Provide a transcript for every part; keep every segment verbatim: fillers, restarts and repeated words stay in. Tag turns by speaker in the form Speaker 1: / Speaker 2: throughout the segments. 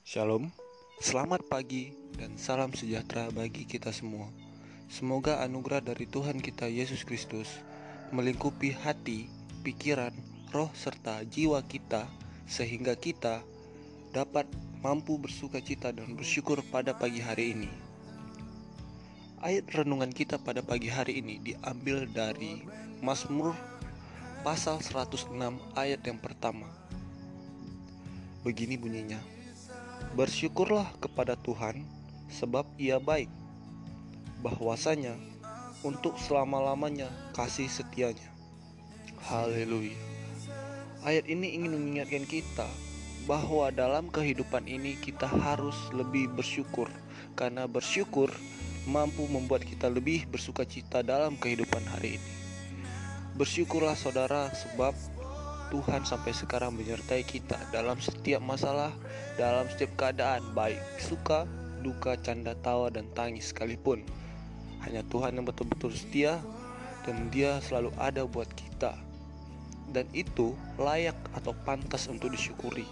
Speaker 1: Shalom, selamat pagi dan salam sejahtera bagi kita semua. Semoga anugerah dari Tuhan kita Yesus Kristus melingkupi hati, pikiran, roh serta jiwa kita sehingga kita dapat mampu bersukacita dan bersyukur pada pagi hari ini. Ayat renungan kita pada pagi hari ini diambil dari Mazmur pasal seratus enam ayat yang pertama. Begini bunyinya: Bersyukurlah kepada Tuhan, sebab Ia baik, bahwasanya untuk selama-lamanya kasih setianya. Haleluya. Ayat ini ingin mengingatkan kita bahwa dalam kehidupan ini kita harus lebih bersyukur, karena bersyukur mampu membuat kita lebih bersukacita dalam kehidupan hari ini. Bersyukurlah saudara, sebab Tuhan sampai sekarang menyertai kita dalam setiap masalah, dalam setiap keadaan, baik suka, duka, canda, tawa, dan tangis sekalipun. Hanya Tuhan yang betul-betul setia, dan Dia selalu ada buat kita. Dan itu layak atau pantas untuk disyukuri.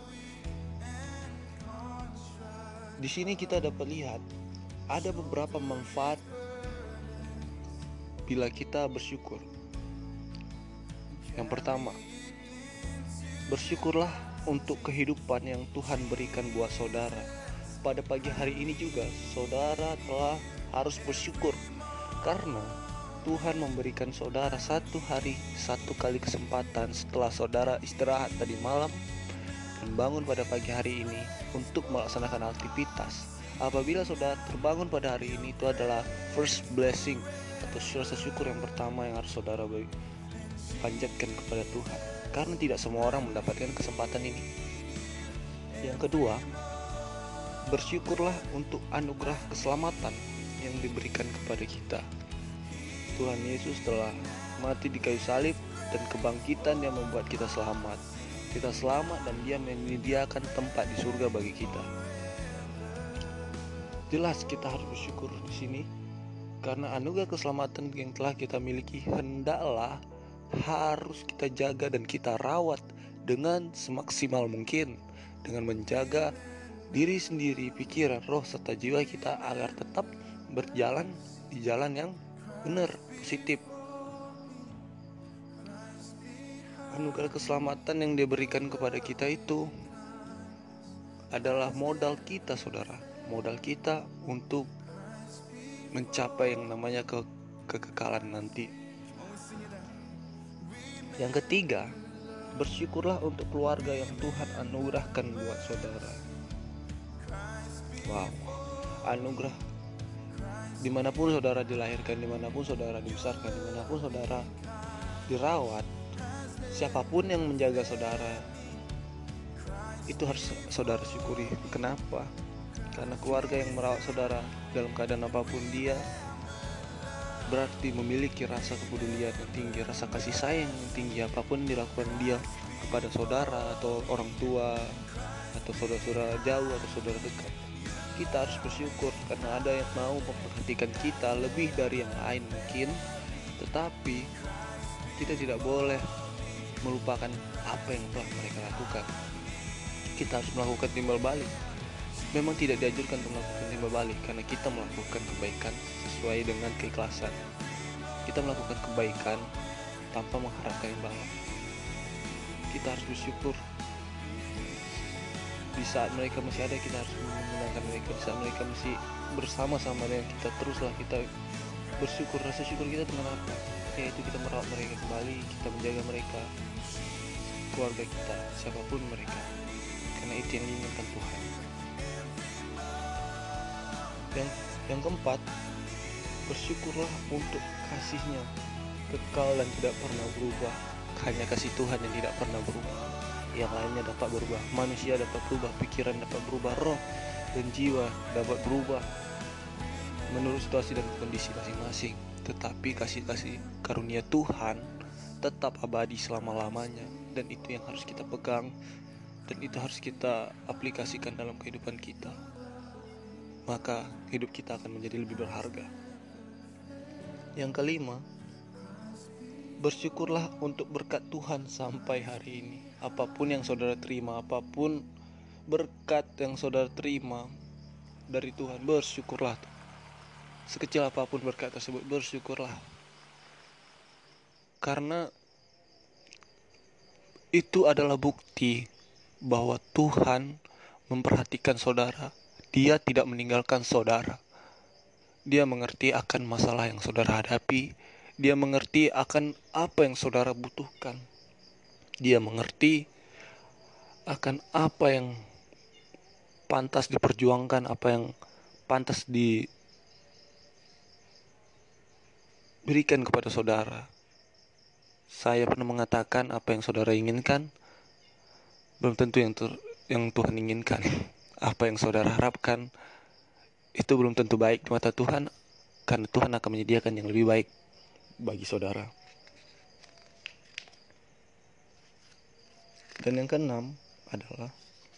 Speaker 1: Di sini kita dapat lihat ada beberapa manfaat bila kita bersyukur. Yang pertama, bersyukurlah untuk kehidupan yang Tuhan berikan buat saudara. Pada pagi hari ini juga saudara telah harus bersyukur, karena Tuhan memberikan saudara satu hari, satu kali kesempatan setelah saudara istirahat tadi malam dan bangun pada pagi hari ini untuk melaksanakan aktivitas. Apabila saudara terbangun pada hari ini, itu adalah first blessing atau rasa syukur yang pertama yang harus saudara panjatkan kepada Tuhan, karena tidak semua orang mendapatkan kesempatan ini. Yang kedua, bersyukurlah untuk anugerah keselamatan yang diberikan kepada kita. Tuhan Yesus telah mati di kayu salib, dan kebangkitan yang membuat kita selamat. Kita selamat dan Dia menyediakan tempat di surga bagi kita. Jelas kita harus bersyukur di sini, karena anugerah keselamatan yang telah kita miliki hendaklah harus kita jaga dan kita rawat dengan semaksimal mungkin, dengan menjaga diri sendiri, pikiran, roh, serta jiwa kita agar tetap berjalan di jalan yang benar, positif. Anugerah keselamatan yang diberikan kepada kita itu adalah modal kita, saudara. Modal kita untuk mencapai yang namanya ke kekekalan nanti. Yang ketiga, bersyukurlah untuk keluarga yang Tuhan anugerahkan buat saudara. Wow, anugerah. Dimanapun saudara dilahirkan, dimanapun saudara dibesarkan, dimanapun saudara dirawat, siapapun yang menjaga saudara, itu harus saudara syukuri. Kenapa? Karena keluarga yang merawat saudara dalam keadaan apapun dia, berarti memiliki rasa kepedulian yang tinggi, rasa kasih sayang yang tinggi. Apapun dilakukan dia kepada saudara atau orang tua atau saudara-saudara jauh atau saudara dekat, kita harus bersyukur, karena ada yang mau memperhatikan kita lebih dari yang lain mungkin. Tetapi kita tidak boleh melupakan apa yang telah mereka lakukan. Kita harus melakukan timbal balik. Memang tidak dianjurkan untuk melakukan timbal balik, karena kita melakukan kebaikan sesuai dengan keikhlasan. Kita melakukan kebaikan tanpa mengharapkan imbalan. Kita harus bersyukur. Di saat mereka masih ada, kita harus menyenangkan mereka. Di saat mereka masih bersama-sama dengan kita, teruslah kita bersyukur. Rasa syukur kita dengan apa? Yaitu kita merawat mereka kembali, kita menjaga mereka, keluarga kita, siapapun mereka, karena itu yang diinginkan Tuhan. Yang, yang keempat, bersyukurlah untuk kasih-Nya kekal dan tidak pernah berubah. Hanya kasih Tuhan yang tidak pernah berubah. Yang lainnya dapat berubah, manusia dapat berubah, pikiran dapat berubah, roh dan jiwa dapat berubah menurut situasi dan kondisi masing-masing. Tetapi kasih-kasih karunia Tuhan tetap abadi selama-lamanya, dan itu yang harus kita pegang, dan itu harus kita aplikasikan dalam kehidupan kita. Maka hidup kita akan menjadi lebih berharga. Yang kelima, bersyukurlah untuk berkat Tuhan sampai hari ini. Apapun yang saudara terima, apapun berkat yang saudara terima dari Tuhan, bersyukurlah. Sekecil apapun berkat tersebut, bersyukurlah. Karena itu adalah bukti bahwa Tuhan memperhatikan saudara. Dia tidak meninggalkan saudara. Dia mengerti akan masalah yang saudara hadapi. Dia mengerti akan apa yang saudara butuhkan. Dia mengerti akan apa yang pantas diperjuangkan, apa yang pantas diberikan kepada saudara. Saya pernah mengatakan apa yang saudara inginkan belum tentu yang ter, yang Tuhan inginkan. Apa yang saudara harapkan itu belum tentu baik di mata Tuhan, karena Tuhan akan menyediakan yang lebih baik bagi saudara. Dan yang keenam adalah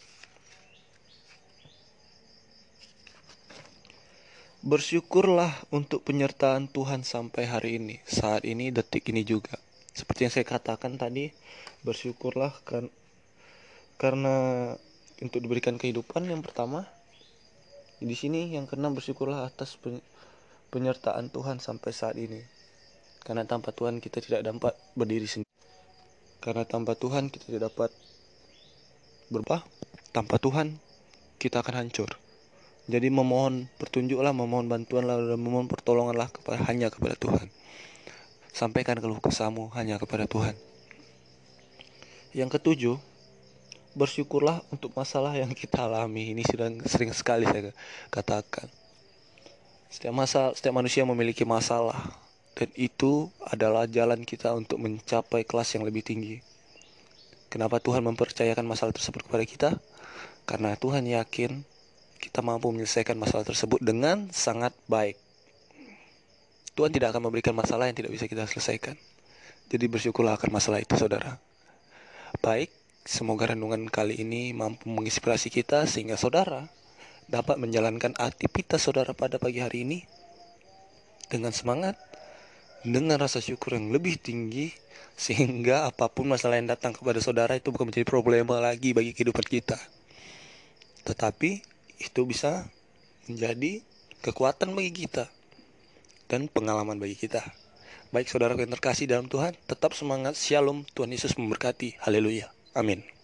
Speaker 1: bersyukurlah untuk penyertaan Tuhan sampai hari ini, saat ini, detik ini juga. Seperti yang saya katakan tadi, bersyukurlah kan, karena untuk diberikan kehidupan yang pertama. Di sini yang keenam, bersyukurlah atas penyertaan Tuhan sampai saat ini. Karena tanpa Tuhan kita tidak dapat berdiri sendiri. Karena tanpa Tuhan kita tidak dapat berubah. Tanpa Tuhan kita akan hancur. Jadi memohon petunjuklah, memohon bantuanlah, dan memohon pertolonganlah kepada, hanya kepada Tuhan. Sampaikan keluh kesahmu hanya kepada Tuhan. Yang ketujuh, bersyukurlah untuk masalah yang kita alami. Ini sudah sering sekali saya katakan. Setiap masa, setiap manusia memiliki masalah, dan itu adalah jalan kita untuk mencapai kelas yang lebih tinggi. Kenapa Tuhan mempercayakan masalah tersebut kepada kita? Karena Tuhan yakin kita mampu menyelesaikan masalah tersebut dengan sangat baik. Tuhan tidak akan memberikan masalah yang tidak bisa kita selesaikan. Jadi bersyukurlah akan masalah itu, saudara. Baik, semoga renungan kali ini mampu menginspirasi kita sehingga saudara dapat menjalankan aktivitas saudara pada pagi hari ini dengan semangat, dengan rasa syukur yang lebih tinggi, sehingga apapun masalah yang datang kepada saudara itu bukan menjadi problema lagi bagi kehidupan kita, tetapi itu bisa menjadi kekuatan bagi kita dan pengalaman bagi kita. Baik saudara yang terkasih dalam Tuhan, tetap semangat. Shalom, Tuhan Yesus memberkati. Haleluya. Amin.